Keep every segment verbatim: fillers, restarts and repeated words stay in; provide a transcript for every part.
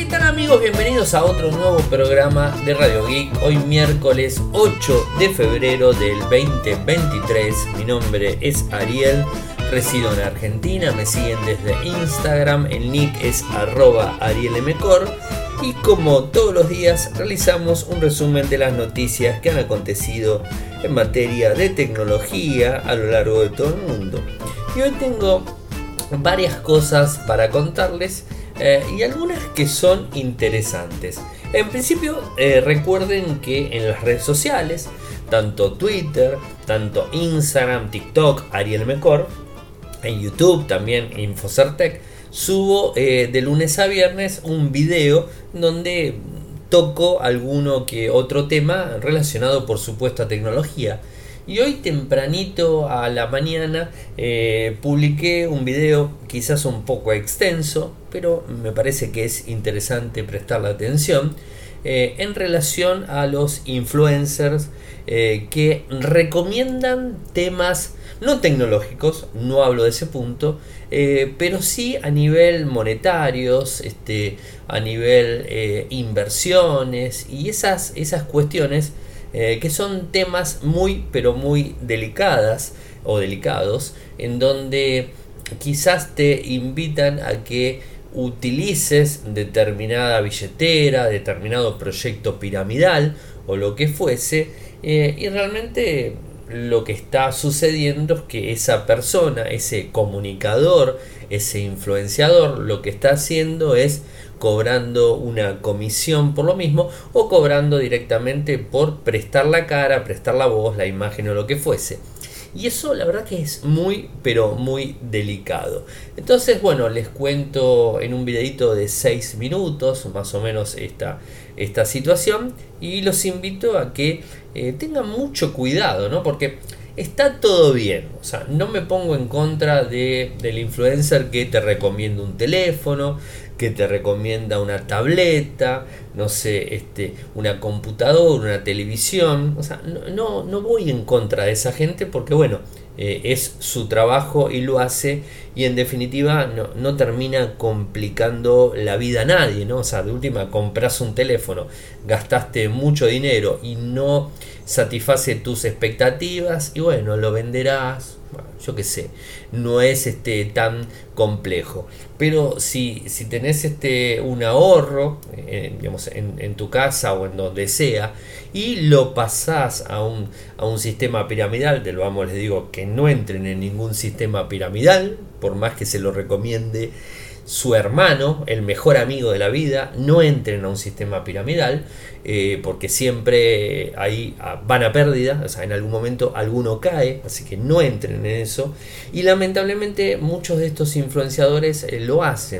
¿qué tal amigos? Bienvenidos a otro nuevo programa de Radio Geek. Hoy miércoles ocho de febrero del veinte veintitrés. Mi nombre es Ariel, resido en Argentina, me siguen desde Instagram, el nick es arroba arielmcor. Y como todos los días realizamos un resumen de las noticias que han acontecido en materia de tecnología a lo largo de todo el mundo. Y hoy tengo varias cosas para contarles eh, y algunas que son interesantes. En principio eh, recuerden que en las redes sociales, tanto Twitter, tanto Instagram, TikTok, arielmcor, en YouTube también Infocertec, subo eh, de lunes a viernes un video donde toco alguno que otro tema relacionado por supuesto a tecnología. Y hoy tempranito a la mañana eh, publiqué un video quizás un poco extenso, pero me parece que es interesante prestarle atención eh, en relación a los influencers eh, que recomiendan temas no tecnológicos, no hablo de ese punto, eh, pero sí a nivel monetarios, este, a nivel eh, inversiones y esas, esas cuestiones eh, que son temas muy pero muy delicadas o delicados, en donde quizás te invitan a que utilices determinada billetera, determinado proyecto piramidal o lo que fuese, eh, y realmente lo que está sucediendo es que esa persona, ese comunicador, ese influenciador, lo que está haciendo es cobrando una comisión por lo mismo o cobrando directamente por prestar la cara, prestar la voz, la imagen o lo que fuese. Y eso la verdad que es muy pero muy delicado. Entonces bueno, les cuento en un videito de seis minutos más o menos esta, esta situación y los invito a que eh, tengan mucho cuidado, ¿no? Porque está todo bien, o sea, no me pongo en contra de, del influencer que te recomienda un teléfono, que te recomienda una tableta, no sé, este, una computadora, una televisión. O sea, no, no, no voy en contra de esa gente porque bueno, eh, es su trabajo y lo hace, y en definitiva no, no termina complicando la vida a nadie, ¿no? O sea, de última compras un teléfono, gastaste mucho dinero y no satisface tus expectativas y bueno, lo venderás. Bueno, yo qué sé, no es este tan complejo, pero si, si tenés este un ahorro eh, digamos, en, en tu casa o en donde sea y lo pasás a un, a un sistema piramidal, del vamos les digo que no entren en ningún sistema piramidal, por más que se lo recomiende su hermano, el mejor amigo de la vida, no entren a un sistema piramidal, eh, porque siempre ahí van a pérdida, o sea, en algún momento alguno cae, así que no entren en eso. Y lamentablemente muchos de estos influenciadores eh, lo hacen.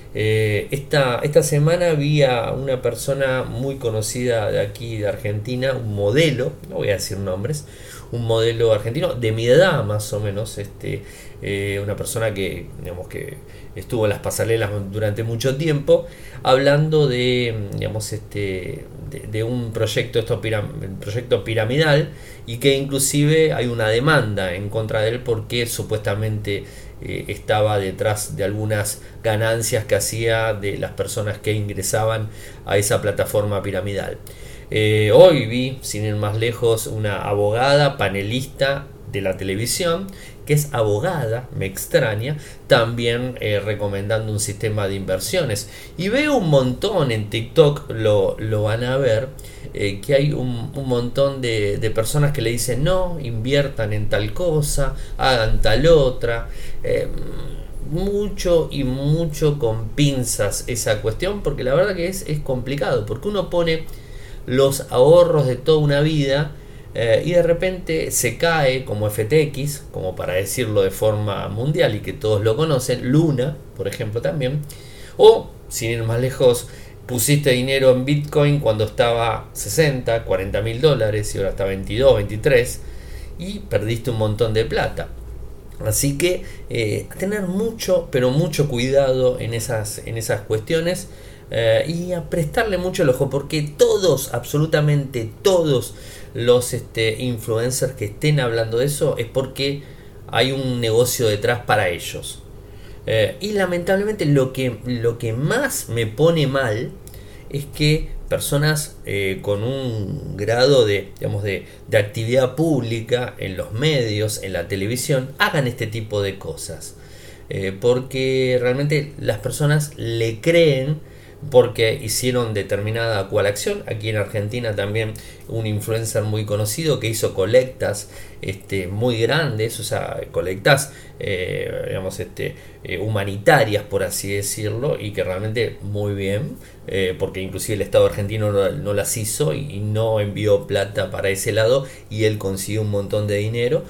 Eh, esta, esta semana vi a una persona muy conocida de aquí de Argentina, un modelo, no voy a decir nombres, un modelo argentino de mi edad más o menos, este, eh, una persona que, digamos, que estuvo en las pasarelas durante mucho tiempo, hablando de, digamos, este, de, de un proyecto, esto piram, proyecto piramidal, y que inclusive hay una demanda en contra de él porque supuestamente eh, estaba detrás de algunas ganancias que hacía de las personas que ingresaban a esa plataforma piramidal. Eh, hoy vi, sin ir más lejos, una abogada panelista de la televisión, que es abogada, me extraña, también eh, recomendando un sistema de inversiones. Y veo un montón en TikTok, lo, lo van a ver, eh, que hay un, un montón de, de personas que le dicen no, inviertan en tal cosa, hagan tal otra. Eh, mucho y mucho con pinzas esa cuestión, porque la verdad que es, es complicado, porque uno pone los ahorros de toda una vida eh, y de repente se cae como F T X, como para decirlo de forma mundial y que todos lo conocen, Luna por ejemplo también, o sin ir más lejos, pusiste dinero en Bitcoin cuando estaba sesenta, cuarenta mil dólares y ahora está veintidós, veintitrés y perdiste un montón de plata. Así que eh, tener mucho pero mucho cuidado en esas, en esas cuestiones. Eh, y a prestarle mucho el ojo, porque todos, absolutamente todos los este, influencers que estén hablando de eso es porque hay un negocio detrás para ellos. Eh, y lamentablemente lo que, lo que más me pone mal es que personas eh, con un grado de, digamos, de, de actividad pública en los medios, en la televisión, hagan este tipo de cosas. Eh, porque realmente las personas le creen porque hicieron determinada cual acción. Aquí en Argentina también un influencer muy conocido que hizo colectas este, muy grandes, o sea, colectas eh, digamos, este, eh, humanitarias, por así decirlo, y que realmente muy bien, eh, porque inclusive el Estado argentino no, no las hizo y, y no envió plata para ese lado, y él consiguió un montón de dinero.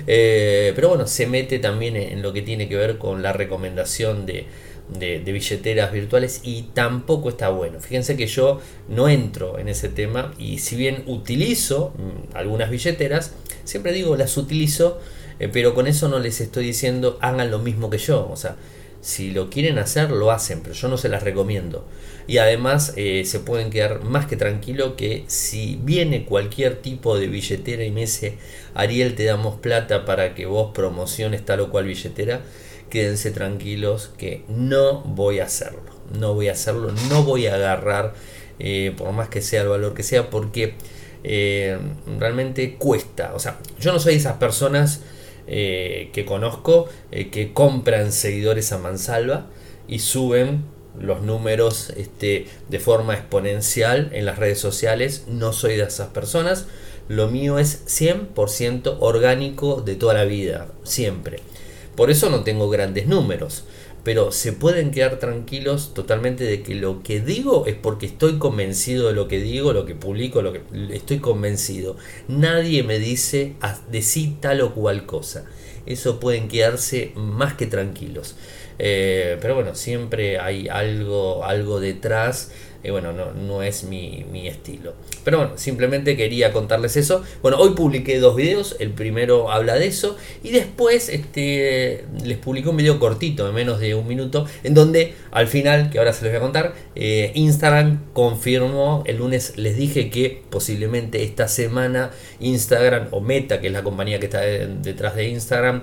Eh, pero bueno, se mete también en lo que tiene que ver con la recomendación de De, de billeteras virtuales, y tampoco está bueno. Fíjense que yo no entro en ese tema, y si bien utilizo mmm, algunas billeteras, siempre digo las utilizo, eh, pero con eso no les estoy diciendo hagan lo mismo que yo. O sea, si lo quieren hacer, lo hacen, pero yo no se las recomiendo. Y además eh, se pueden quedar más que tranquilo que si viene cualquier tipo de billetera y me dice Ariel, te damos plata para que vos promociones tal o cual billetera, quédense tranquilos que no voy a hacerlo, no voy a hacerlo, no voy a agarrar, eh, por más que sea el valor que sea, porque eh, realmente cuesta. O sea, yo no soy de esas personas eh, que conozco eh, que compran seguidores a mansalva y suben los números este, de forma exponencial en las redes sociales. No soy de esas personas. Lo mío es cien por ciento orgánico de toda la vida, siempre. Por eso no tengo grandes números, pero se pueden quedar tranquilos totalmente de que lo que digo es porque estoy convencido de lo que digo, lo que publico, lo que estoy convencido. Nadie me dice decí tal o cual cosa. Eso pueden quedarse más que tranquilos. Eh, pero bueno, siempre hay algo, algo detrás. Y bueno, no, no es mi, mi estilo. Pero bueno, simplemente quería contarles eso. Bueno, hoy publiqué dos videos. El primero habla de eso. Y después este, les publiqué un video cortito, de menos de un minuto, en donde al final, que ahora se los voy a contar, eh, Instagram confirmó, el lunes les dije que posiblemente esta semana Instagram, o Meta, que es la compañía que está de, detrás de Instagram,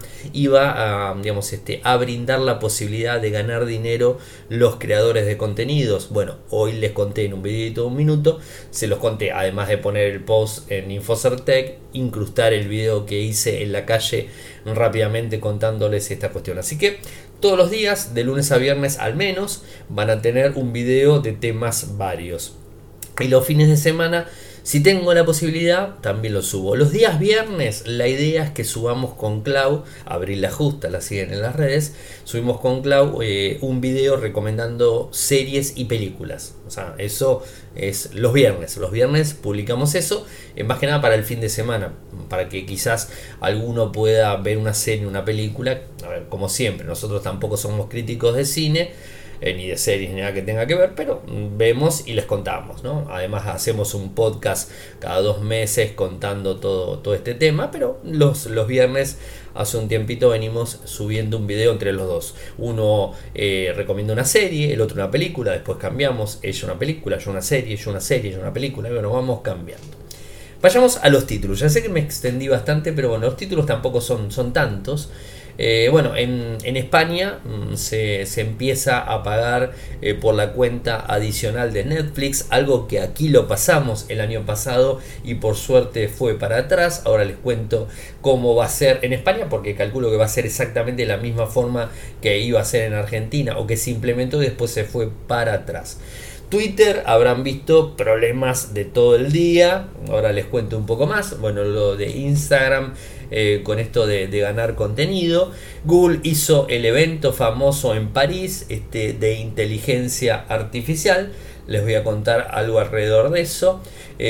iba a, digamos, este, a brindar la posibilidad de ganar dinero los creadores de contenidos. Bueno, hoy les conté en un videito de un minuto, se los conté, además de poner el post en Infocertec, incrustar el video que hice en la calle rápidamente contándoles esta cuestión. Así que todos los días, de lunes a viernes al menos, van a tener un video de temas varios. Y los fines de semana, si tengo la posibilidad, también lo subo. Los días viernes, la idea es que subamos con Clau, Abril la Justa, la siguen en las redes, subimos con Clau eh, un video recomendando series y películas. O sea, eso es los viernes. Los viernes publicamos eso, eh, más que nada para el fin de semana, para que quizás alguno pueda ver una serie, una película. A ver, como siempre, nosotros tampoco somos críticos de cine, Eh, ni de series ni nada que tenga que ver, pero vemos y les contamos, ¿no? Además hacemos un podcast cada dos meses contando todo, todo este tema, pero los, los viernes hace un tiempito venimos subiendo un video entre los dos. Uno eh, recomienda una serie, el otro una película, después cambiamos, ella una película, yo una serie, yo una serie, yo una película, y bueno, vamos cambiando. Vayamos a los títulos. Ya sé que me extendí bastante, pero bueno, los títulos tampoco son, son tantos. Eh, bueno, en, en España mmm, se, se empieza a pagar eh, por la cuenta adicional de Netflix, algo que aquí lo pasamos el año pasado y por suerte fue para atrás. Ahora les cuento cómo va a ser en España, porque calculo que va a ser exactamente la misma forma que iba a ser en Argentina, o que se implementó y después se fue para atrás. Twitter, habrán visto problemas de todo el día, ahora les cuento un poco más. Bueno, lo de Instagram eh, con esto de, de ganar contenido. Google hizo el evento famoso en París este, de inteligencia artificial. Les voy a contar algo alrededor de eso.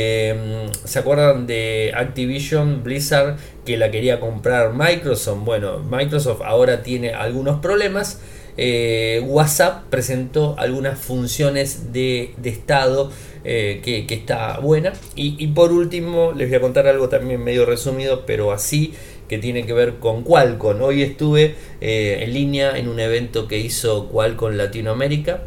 Eh, ¿Se acuerdan de Activision Blizzard, que la quería comprar Microsoft? Bueno, Microsoft ahora tiene algunos problemas. Eh, WhatsApp presentó algunas funciones de, de estado eh, que, que está buena. Y, y por último les voy a contar algo también medio resumido, pero así, que tiene que ver con Qualcomm. Hoy estuve eh, en línea en un evento que hizo Qualcomm Latinoamérica.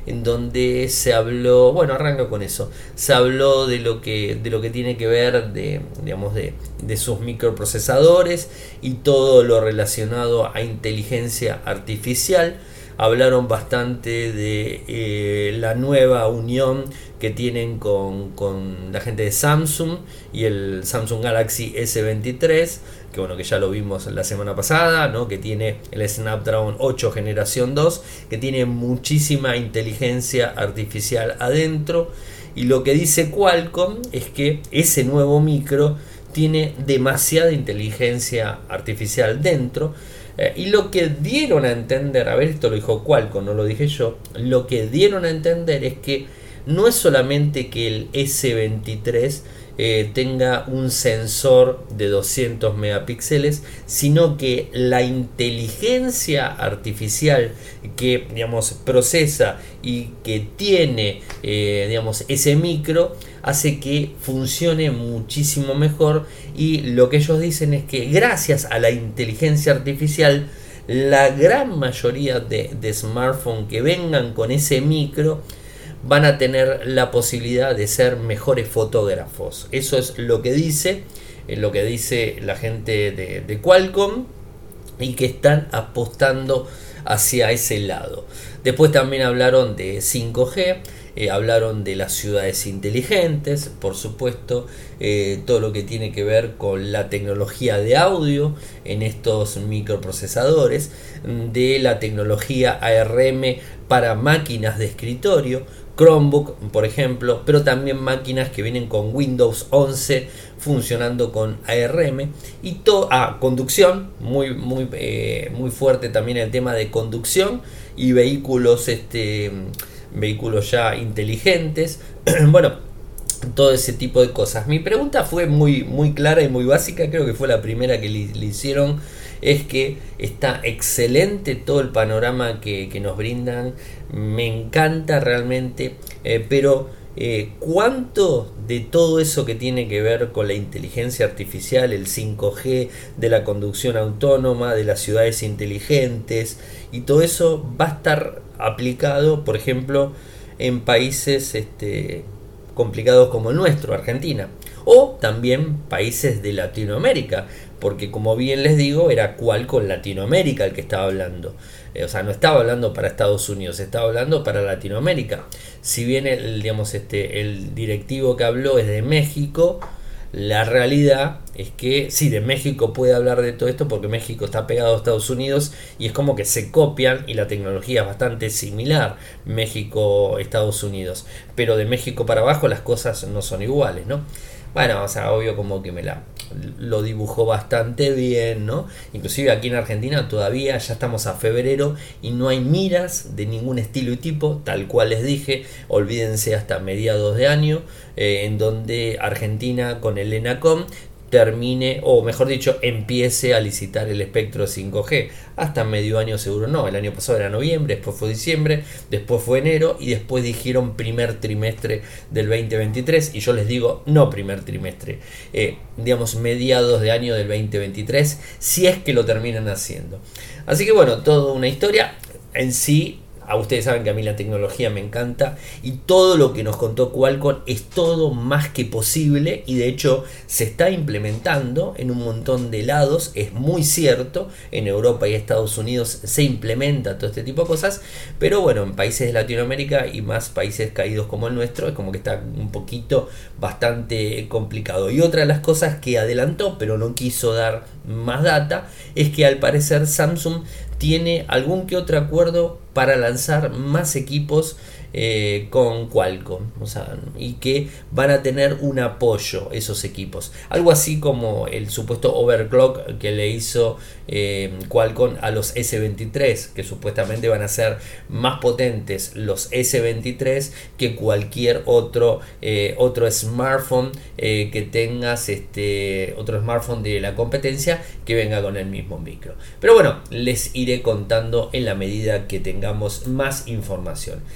en donde se habló, bueno, arranca con eso, se habló de lo que, de lo que tiene que ver de, digamos, de, de sus microprocesadores y todo lo relacionado a inteligencia artificial. Hablaron bastante de eh, la nueva unión que tienen con, con la gente de Samsung y el Samsung Galaxy S veintitrés, que bueno, que ya lo vimos la semana pasada, ¿no? Que tiene el Snapdragon ocho generación dos, que tiene muchísima inteligencia artificial adentro, y lo que dice Qualcomm es que ese nuevo micro tiene demasiada inteligencia artificial dentro. Eh, y lo que dieron a entender, a ver, esto lo dijo Qualcomm, no lo dije yo, lo que dieron a entender es que no es solamente que el S veintitrés eh, tenga un sensor de doscientos megapíxeles, sino que la inteligencia artificial que, digamos, procesa y que tiene eh, digamos, ese micro hace que funcione muchísimo mejor, y lo que ellos dicen es que gracias a la inteligencia artificial la gran mayoría de, de smartphones que vengan con ese micro van a tener la posibilidad de ser mejores fotógrafos. Eso es lo que dice, eh, lo que dice la gente de, de Qualcomm, y que están apostando hacia ese lado. Después también hablaron de cinco G, eh, hablaron de las ciudades inteligentes, por supuesto, eh, todo lo que tiene que ver con la tecnología de audio en estos microprocesadores, de la tecnología A R M para máquinas de escritorio, Chromebook, por ejemplo, pero también máquinas que vienen con Windows once funcionando con A R M, y todo, ah, conducción, muy, muy, eh, muy fuerte también el tema de conducción, y vehículos, este, vehículos ya inteligentes, bueno, todo ese tipo de cosas. Mi pregunta fue muy, muy clara y muy básica, creo que fue la primera que le, le hicieron. Es que está excelente todo el panorama que, que nos brindan, me encanta realmente, eh, pero eh, ¿cuánto de todo eso que tiene que ver con la inteligencia artificial, el cinco G, de la conducción autónoma, de las ciudades inteligentes, y todo eso va a estar aplicado, por ejemplo, en países este, complicados como el nuestro, Argentina, o también países de Latinoamérica? Porque, como bien les digo, era Qualcomm Latinoamérica el que estaba hablando. Eh, o sea, no estaba hablando para Estados Unidos, estaba hablando para Latinoamérica. Si bien el, digamos, este, el directivo que habló es de México, la realidad es que sí, de México puede hablar de todo esto porque México está pegado a Estados Unidos y es como que se copian, y la tecnología es bastante similar, México, Estados Unidos. Pero de México para abajo las cosas no son iguales, ¿no? Bueno, o sea, obvio como que me la lo dibujó bastante bien, ¿no? Inclusive aquí en Argentina todavía ya estamos a febrero y no hay miras de ningún estilo y tipo, tal cual les dije, olvídense hasta mediados de año, eh, en donde Argentina con el ENACOM termine, o mejor dicho, empiece a licitar el espectro cinco G. Hasta medio año seguro no. El año pasado era noviembre, después fue diciembre, después fue enero, y después dijeron primer trimestre del veinte veintitrés, y yo les digo no primer trimestre, eh, digamos mediados de año del veinte veintitrés, si es que lo terminan haciendo. Así que bueno, toda una historia en sí. A ustedes saben que a mí la tecnología me encanta, y todo lo que nos contó Qualcomm es todo más que posible, y de hecho se está implementando en un montón de lados. Es muy cierto, en Europa y Estados Unidos se implementa todo este tipo de cosas, pero bueno, en países de Latinoamérica y más países caídos como el nuestro es como que está un poquito bastante complicado. Y otra de las cosas que adelantó pero no quiso dar más data es que al parecer Samsung tiene algún que otro acuerdo para lanzar más equipos eh, con Qualcomm, o sea, y que van a tener un apoyo esos equipos, algo así como el supuesto overclock que le hizo eh, Qualcomm a los S veintitrés, que supuestamente van a ser más potentes los S veintitrés que cualquier otro eh, otro smartphone eh, que tengas, este otro smartphone de la competencia que venga con el mismo micro. Pero bueno, les iré contando en la medida que tengamos más información. Y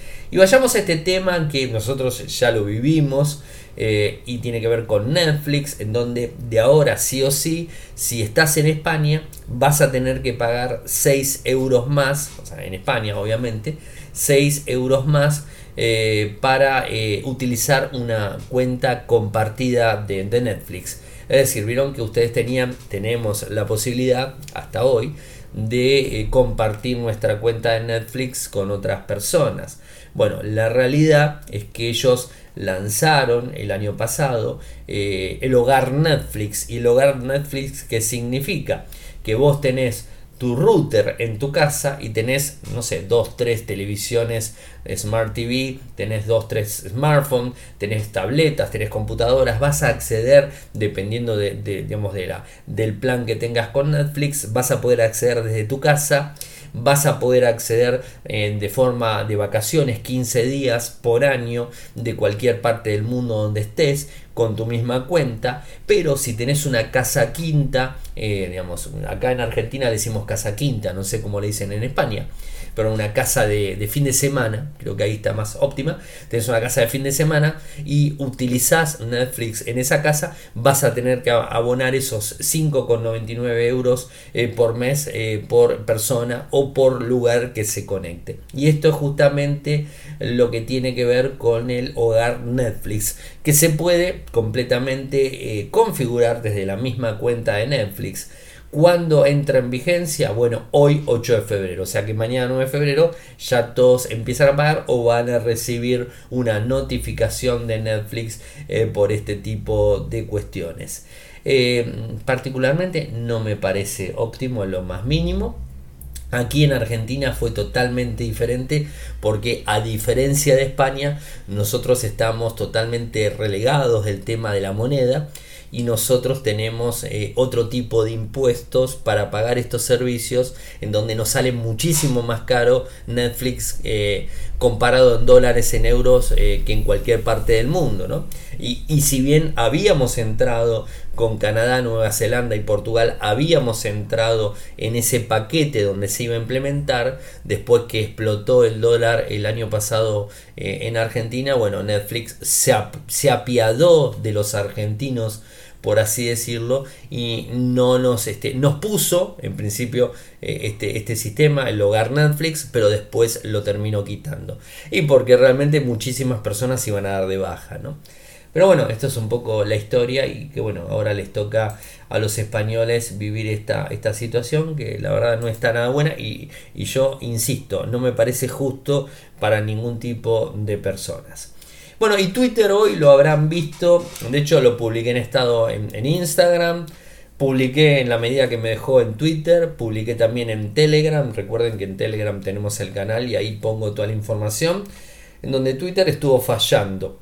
vayamos a este tema que nosotros ya lo vivimos eh, y tiene que ver con Netflix, en donde de ahora sí o sí, si estás en España, vas a tener que pagar seis euros más, o sea, en España obviamente, seis euros más eh, para eh, utilizar una cuenta compartida de, de Netflix. Es decir, vieron que ustedes tenían, tenemos la posibilidad hasta hoy de eh, compartir nuestra cuenta de Netflix con otras personas. Bueno, la realidad es que ellos lanzaron el año pasado eh, el hogar Netflix. Y el hogar Netflix, ¿qué significa? Que vos tenés tu router en tu casa y tenés, no sé, dos, tres televisiones Smart T V, tenés dos, tres smartphones, tenés tabletas, tenés computadoras, vas a acceder, dependiendo de, de, digamos, de la, del plan que tengas con Netflix, vas a poder acceder desde tu casa. Vas a poder acceder eh, de forma de vacaciones quince días por año de cualquier parte del mundo donde estés con tu misma cuenta. Pero si tenés una casa quinta, eh, digamos, acá en Argentina le decimos casa quinta, no sé cómo le dicen en España, pero una casa de, de fin de semana, creo que ahí está más óptima. Tenés una casa de fin de semana y utilizás Netflix en esa casa, vas a tener que abonar esos cinco con noventa y nueve euros eh, por mes eh, por persona o por lugar que se conecte. Y esto es justamente lo que tiene que ver con el hogar Netflix, que se puede completamente eh, configurar desde la misma cuenta de Netflix. ¿Cuándo entra en vigencia? Bueno, hoy ocho de febrero, o sea que mañana nueve de febrero ya todos empiezan a pagar o van a recibir una notificación de Netflix eh, por este tipo de cuestiones. Eh, particularmente no me parece óptimo en lo más mínimo. Aquí en Argentina fue totalmente diferente porque, a diferencia de España, nosotros estamos totalmente relegados del tema de la moneda y nosotros tenemos eh, otro tipo de impuestos para pagar estos servicios, en donde nos sale muchísimo más caro Netflix eh, comparado en dólares, en euros, eh, que en cualquier parte del mundo, ¿no? Y, y si bien habíamos entrado con Canadá, Nueva Zelanda y Portugal, habíamos entrado en ese paquete donde se iba a implementar, después que explotó el dólar el año pasado eh, en Argentina, bueno, Netflix se, ap- se apiadó de los argentinos, por así decirlo, y no nos, este, nos puso en principio eh, este, este sistema, el hogar Netflix, pero después lo terminó quitando, y porque realmente muchísimas personas iban a dar de baja, ¿no? Pero bueno, esto es un poco la historia, y que bueno, ahora les toca a los españoles vivir esta, esta situación, que la verdad no está nada buena, y, y yo insisto, no me parece justo para ningún tipo de personas. Bueno, y Twitter hoy lo habrán visto, de hecho lo publiqué en estado en, en Instagram, publiqué en la medida que me dejó en Twitter, publiqué también en Telegram. Recuerden que en Telegram tenemos el canal y ahí pongo toda la información, en donde Twitter estuvo fallando.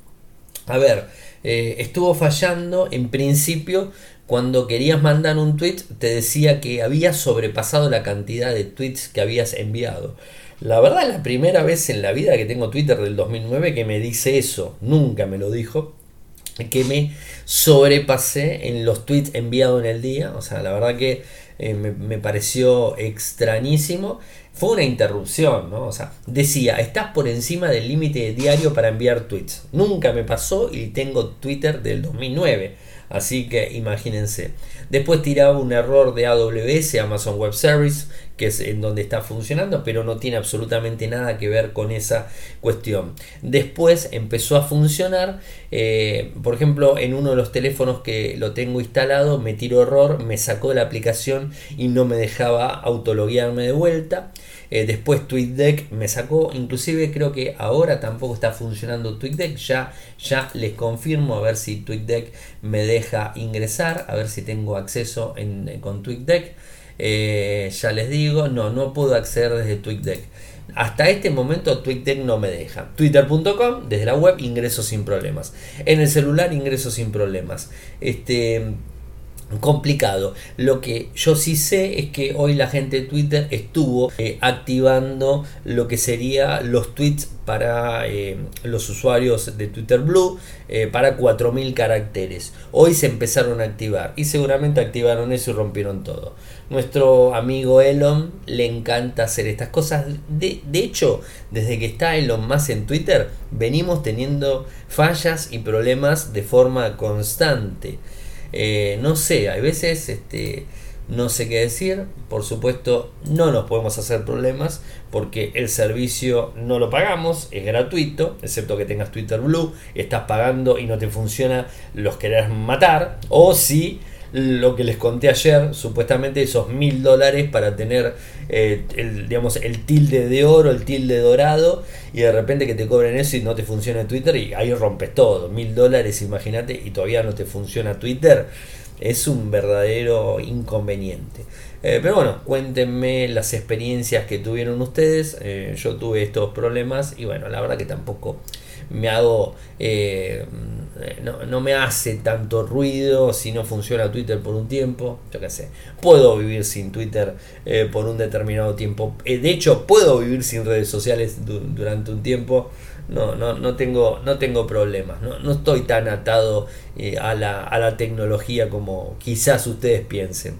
A ver, eh, estuvo fallando en principio cuando querías mandar un tweet, te decía que habías sobrepasado la cantidad de tweets que habías enviado. La verdad es la primera vez en la vida que tengo Twitter del dos mil nueve que me dice eso, nunca me lo dijo, que me sobrepasé en los tweets enviados en el día. O sea, la verdad que eh, me, me pareció extrañísimo. Fue una interrupción, ¿no? O sea, decía, estás por encima del límite diario para enviar tweets. Nunca me pasó y tengo Twitter del dos mil nueve. Así que imagínense. Después tiraba un error de A W S, Amazon Web Service, que es en donde está funcionando, pero no tiene absolutamente nada que ver con esa cuestión. Después empezó a funcionar. Eh, por ejemplo, en uno de los teléfonos que lo tengo instalado, me tiró error, me sacó de la aplicación y no me dejaba autologuearme de vuelta. Eh, después TweetDeck me sacó, inclusive creo que ahora tampoco está funcionando TweetDeck. Ya, ya les confirmo a ver si TweetDeck me deja ingresar, a ver si tengo acceso en, con TweetDeck. Eh, ya les digo, no, no puedo acceder desde TweetDeck. Hasta este momento TweetDeck no me deja. Twitter punto com, desde la web ingreso sin problemas. En el celular ingreso sin problemas. Este... complicado. Lo que yo sí sé es que hoy la gente de Twitter estuvo eh, activando lo que sería los tweets para eh, los usuarios de Twitter Blue eh, para cuatro mil caracteres. Hoy se empezaron a activar y seguramente activaron eso y rompieron todo. Nuestro amigo Elon le encanta hacer estas cosas. De, de hecho, desde que está Elon Musk en Twitter, venimos teniendo fallas y problemas de forma constante. Eh, no sé, hay veces este, no sé qué decir. Por supuesto, no nos podemos hacer problemas porque el servicio no lo pagamos, es gratuito, excepto que tengas Twitter Blue, estás pagando y no te funciona, los querés matar. O si lo que les conté ayer, supuestamente esos mil dólares para tener eh, el, digamos, el tilde de oro, el tilde dorado, y de repente que te cobren eso y no te funciona Twitter, y ahí rompes todo. Mil dólares, imagínate, y todavía no te funciona Twitter. Es un verdadero inconveniente. Eh, pero bueno, cuéntenme las experiencias que tuvieron ustedes. Eh, yo tuve estos problemas y bueno, la verdad que tampoco me hago eh, no, no me hace tanto ruido si no funciona Twitter por un tiempo. Yo qué sé, puedo vivir sin Twitter eh, por un determinado tiempo. Eh, de hecho, puedo vivir sin redes sociales du- durante un tiempo. No, no, no tengo, no tengo problemas. No, no estoy tan atado eh, a, la, a la tecnología como quizás ustedes piensen.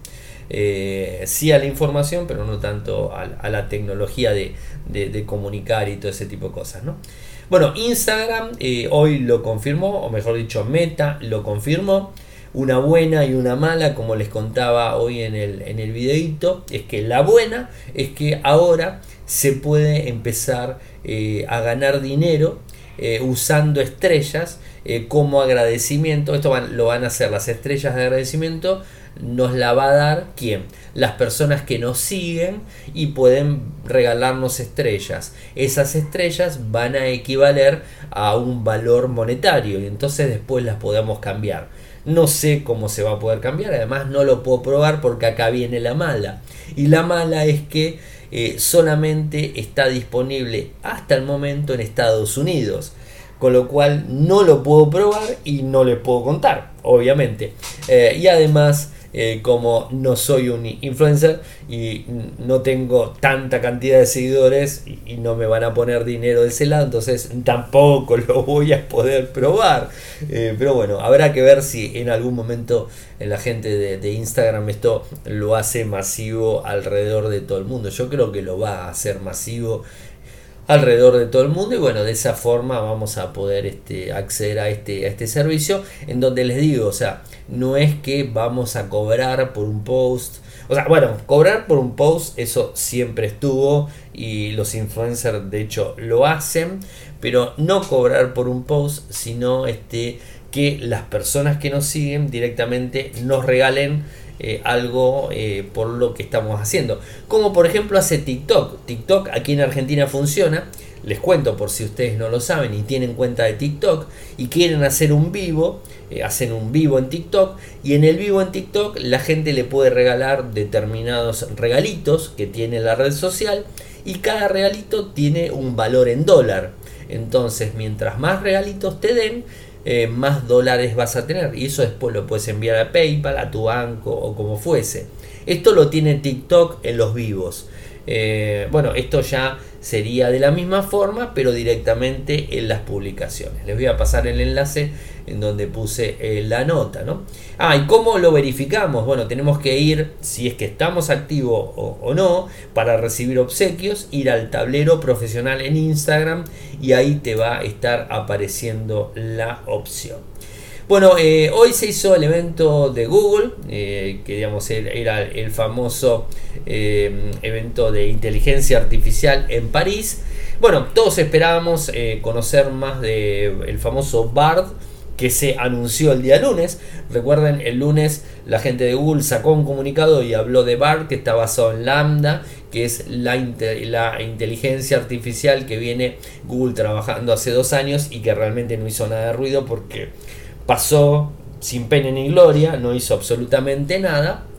Eh, sí a la información, pero no tanto a, a la tecnología de, de, de comunicar y todo ese tipo de cosas, ¿no? Bueno, Instagram eh, hoy lo confirmó, o mejor dicho, Meta lo confirmó. Una buena y una mala, como les contaba hoy en el, en el videito, es que la buena es que ahora se puede empezar eh, a ganar dinero eh, usando estrellas eh, como agradecimiento. Esto van, lo van a hacer las estrellas de agradecimiento. Nos la va a dar ¿quién? Las personas que nos siguen y pueden regalarnos estrellas. Esas estrellas van a equivaler a un valor monetario y entonces después las podemos cambiar. No sé cómo se va a poder cambiar, además no lo puedo probar porque acá viene la mala. Y la mala es que eh, solamente está disponible hasta el momento en Estados Unidos. Con lo cual no lo puedo probar y no les puedo contar, obviamente. Eh, y además, eh, como no soy un influencer y no tengo tanta cantidad de seguidores y, y no me van a poner dinero de ese lado, entonces tampoco lo voy a poder probar. Eh, pero bueno, habrá que ver si en algún momento la gente de, de Instagram esto lo hace masivo alrededor de todo el mundo. Yo creo que lo va a hacer masivo alrededor de todo el mundo y bueno, de esa forma vamos a poder este, acceder a este, a este servicio en donde les digo, o sea, no es que vamos a cobrar por un post, o sea, bueno, cobrar por un post eso siempre estuvo y los influencers de hecho lo hacen, pero no cobrar por un post, sino este, que las personas que nos siguen directamente nos regalen Eh, algo eh, por lo que estamos haciendo, como por ejemplo hace TikTok. TikTok aquí en Argentina funciona, les cuento por si ustedes no lo saben y tienen cuenta de TikTok y quieren hacer un vivo, eh, hacen un vivo en TikTok y en el vivo en TikTok la gente le puede regalar determinados regalitos que tiene la red social y cada regalito tiene un valor en dólar. Entonces mientras más regalitos te den, Eh, más dólares vas a tener y eso después lo puedes enviar a PayPal, a tu banco o como fuese. Esto lo tiene TikTok en los vivos. Eh, bueno, esto ya sería de la misma forma pero directamente en las publicaciones. Les voy a pasar el enlace en donde puse eh, la nota, ¿no? Ah, ¿y cómo lo verificamos? Bueno, tenemos que ir, si es que estamos activos o, o no, para recibir obsequios, ir al tablero profesional en Instagram y ahí te va a estar apareciendo la opción. Bueno, eh, hoy se hizo el evento de Google, eh, que digamos era el famoso eh, evento de inteligencia artificial en París. Bueno, todos esperábamos eh, conocer más del famoso Bard, que se anunció el día lunes. Recuerden, el lunes la gente de Google sacó un comunicado y habló de Bard, que está basado en Lambda, que es la, inte- la inteligencia artificial que viene Google trabajando hace dos años y que realmente no hizo nada de ruido porque pasó sin pena ni gloria, no hizo absolutamente nada.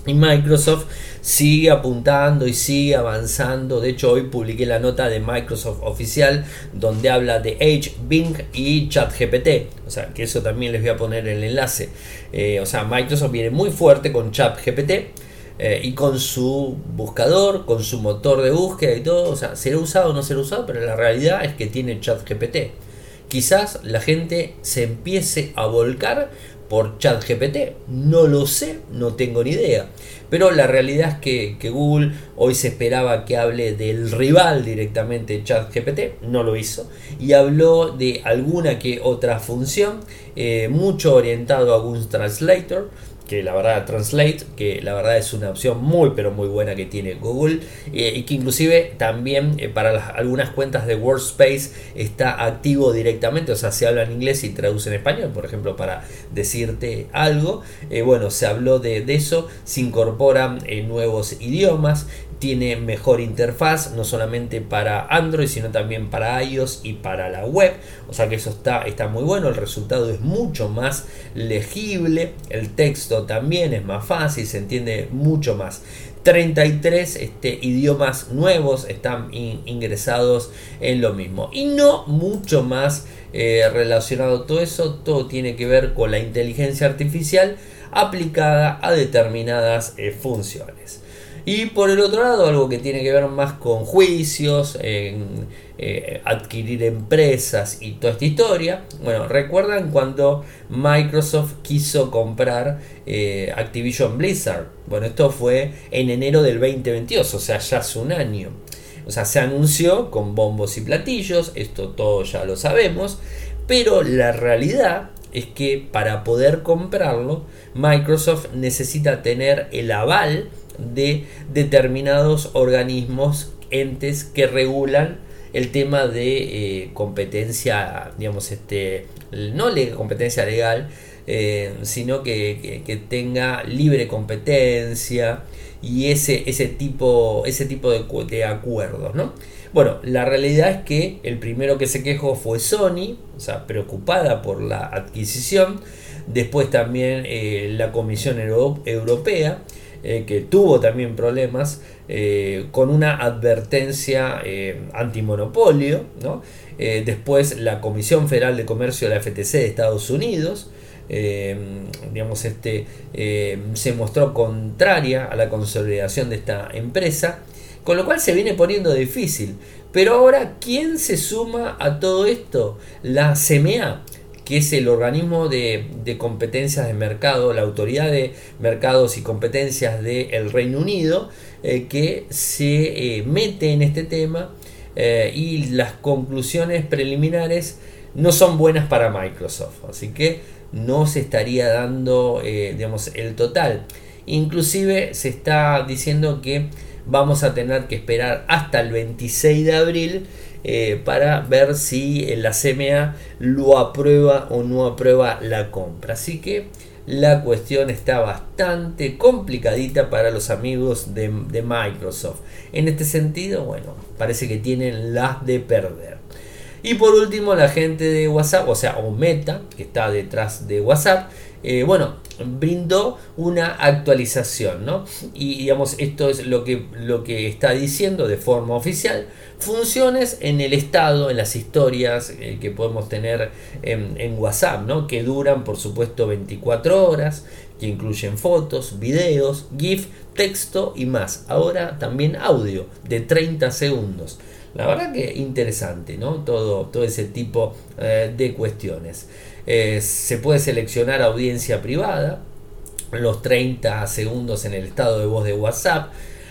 Y Microsoft sigue apuntando y sigue avanzando. De hecho, hoy publiqué la nota de Microsoft oficial donde habla de Edge, Bing y ChatGPT. O sea, que eso también les voy a poner el enlace. Eh, o sea, Microsoft viene muy fuerte con ChatGPT eh, y con su buscador, con su motor de búsqueda y todo. O sea, será usado o no será usado, pero la realidad es que tiene ChatGPT. Quizás la gente se empiece a volcar por ChatGPT, no lo sé, no tengo ni idea, pero la realidad es que, que Google hoy se esperaba que hable del rival directamente ChatGPT, no lo hizo, y habló de alguna que otra función, eh, mucho orientado a Google Translator, que la verdad Translate, que la verdad es una opción muy pero muy buena que tiene Google, eh, y que inclusive también eh, para las, algunas cuentas de Workspace está activo directamente, o sea, se habla en inglés y traduce en español, por ejemplo, para decirte algo. Eh, bueno, se habló de, de eso, se incorporan eh, nuevos idiomas, tiene mejor interfaz, no solamente para Android, sino también para iOS y para la web. O sea que eso está, está muy bueno, el resultado es mucho más legible, el texto también es más fácil, se entiende mucho más. treinta y tres este, idiomas nuevos están in, ingresados en lo mismo. Y no mucho más eh, relacionado a todo eso, todo tiene que ver con la inteligencia artificial aplicada a determinadas eh, funciones. Y por el otro lado, algo que tiene que ver más con juicios, en, eh, adquirir empresas y toda esta historia. Bueno, ¿recuerdan cuando Microsoft quiso comprar eh, Activision Blizzard? Bueno, esto fue en enero del veinte veintidós, o sea, ya hace un año. O sea, se anunció con bombos y platillos, esto todo ya lo sabemos, pero la realidad es que para poder comprarlo, Microsoft necesita tener el aval de determinados organismos, entes que regulan el tema de eh, competencia, digamos, este, no le, competencia legal, eh, sino que, que, que tenga libre competencia y ese, ese tipo, ese tipo de, de acuerdos, ¿no? Bueno, la realidad es que el primero que se quejó fue Sony, o sea, preocupada por la adquisición. Después también eh, la Comisión Euro- Europea, eh, que tuvo también problemas eh, con una advertencia eh, antimonopolio, ¿no? Eh, después la Comisión Federal de Comercio, la F T C de Estados Unidos, eh, digamos, este, eh, se mostró contraria a la consolidación de esta empresa, con lo cual se viene poniendo difícil. Pero ahora, ¿quién se suma a todo esto? La C M A, que es el organismo de, de competencias de mercado, la autoridad de mercados y competencias del Reino Unido, eh, que se eh, mete en este tema eh, y las conclusiones preliminares no son buenas para Microsoft, así que no se estaría dando eh, digamos, el total. Inclusive se está diciendo que vamos a tener que esperar hasta el veintiséis de abril Eh, para ver si la C M A lo aprueba o no aprueba la compra. Así que la cuestión está bastante complicadita para los amigos de, de Microsoft. En este sentido, bueno, parece que tienen las de perder. Y por último, la gente de WhatsApp, o sea, o Meta, que está detrás de WhatsApp, eh, bueno, brindó una actualización, ¿no? Y digamos, esto es lo que, lo que está diciendo de forma oficial: funciones en el estado, en las historias eh, que podemos tener en, en WhatsApp, ¿no? Que duran, por supuesto, veinticuatro horas, que incluyen fotos, videos, GIF, texto y más. Ahora también audio de treinta segundos. La verdad que interesante, ¿no? Todo, todo ese tipo eh, de cuestiones. Eh, se puede seleccionar audiencia privada, los treinta segundos en el estado de voz de WhatsApp,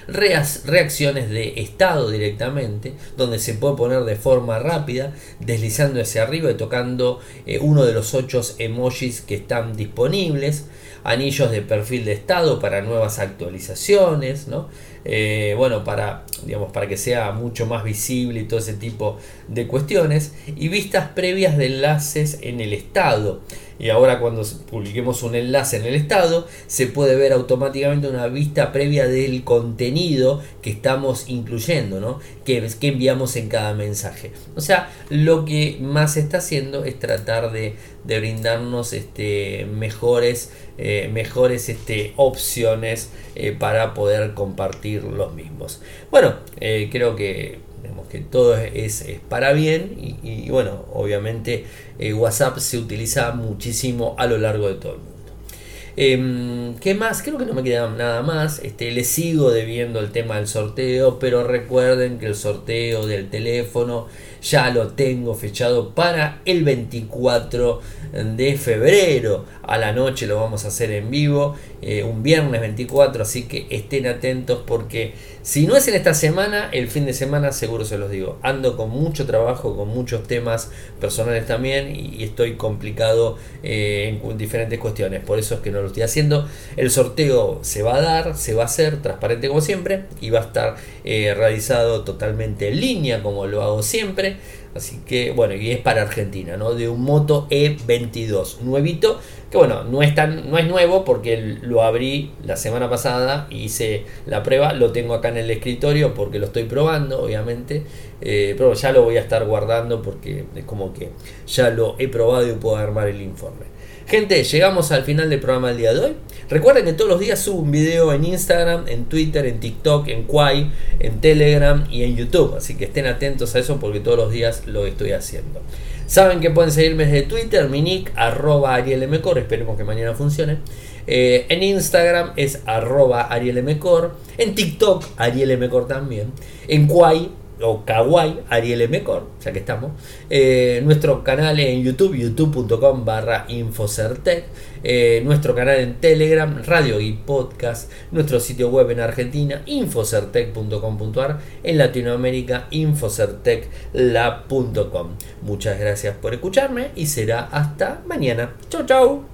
reacciones de estado directamente, donde se puede poner de forma rápida, deslizando hacia arriba y tocando eh, uno de los ocho emojis que están disponibles, anillos de perfil de estado para nuevas actualizaciones, ¿no? eh, bueno, para, digamos, para que sea mucho más visible y todo ese tipo de cuestiones, y vistas previas de enlaces en el estado. Y ahora cuando publiquemos un enlace en el estado, se puede ver automáticamente una vista previa del contenido que estamos incluyendo, ¿no? Que, que enviamos en cada mensaje. O sea, lo que más se está haciendo es tratar de, de brindarnos este, mejores, eh, mejores este, opciones eh, para poder compartir los mismos. Bueno, eh, creo que que todo es, es para bien y, y bueno, obviamente eh, WhatsApp se utiliza muchísimo a lo largo de todo el mundo. Eh, ¿Qué más? Creo que no me queda nada más. Este, les sigo debiendo el tema del sorteo, pero recuerden que el sorteo del teléfono ya lo tengo fechado para el veinticuatro de febrero. A la noche lo vamos a hacer en vivo, eh, un viernes veinticuatro, así que estén atentos porque si no es en esta semana, el fin de semana seguro se los digo. Ando con mucho trabajo, con muchos temas personales también y estoy complicado eh, en diferentes cuestiones. Por eso es que no lo estoy haciendo. El sorteo se va a dar, se va a hacer transparente como siempre y va a estar eh, realizado totalmente en línea como lo hago siempre. Así que bueno, y es para Argentina, ¿no? De un Moto E veintidós nuevito, que bueno, no es tan, no es nuevo porque lo abrí la semana pasada y hice la prueba, lo tengo acá en el escritorio porque lo estoy probando, obviamente, eh, pero ya lo voy a estar guardando porque es como que ya lo he probado y puedo armar el informe. Gente, llegamos al final del programa del día de hoy. Recuerden que todos los días subo un video en Instagram, en Twitter, en TikTok, en Quai, en Telegram y en YouTube. Así que estén atentos a eso porque todos los días lo estoy haciendo. Saben que pueden seguirme desde Twitter, mi nick, arroba arielmcor, esperemos que mañana funcione. Eh, en Instagram es arroba arielmcor, en TikTok arielmcor también, en Quai o Kawaii arielmcor, ya que estamos, eh, nuestro canal en YouTube, youtube punto com barra infocertec, eh, nuestro canal en Telegram, Radio y Podcast, nuestro sitio web en Argentina, infocertec punto com punto ar, en Latinoamérica, infocerteclab punto com. Muchas gracias por escucharme y será hasta mañana. Chau, chau.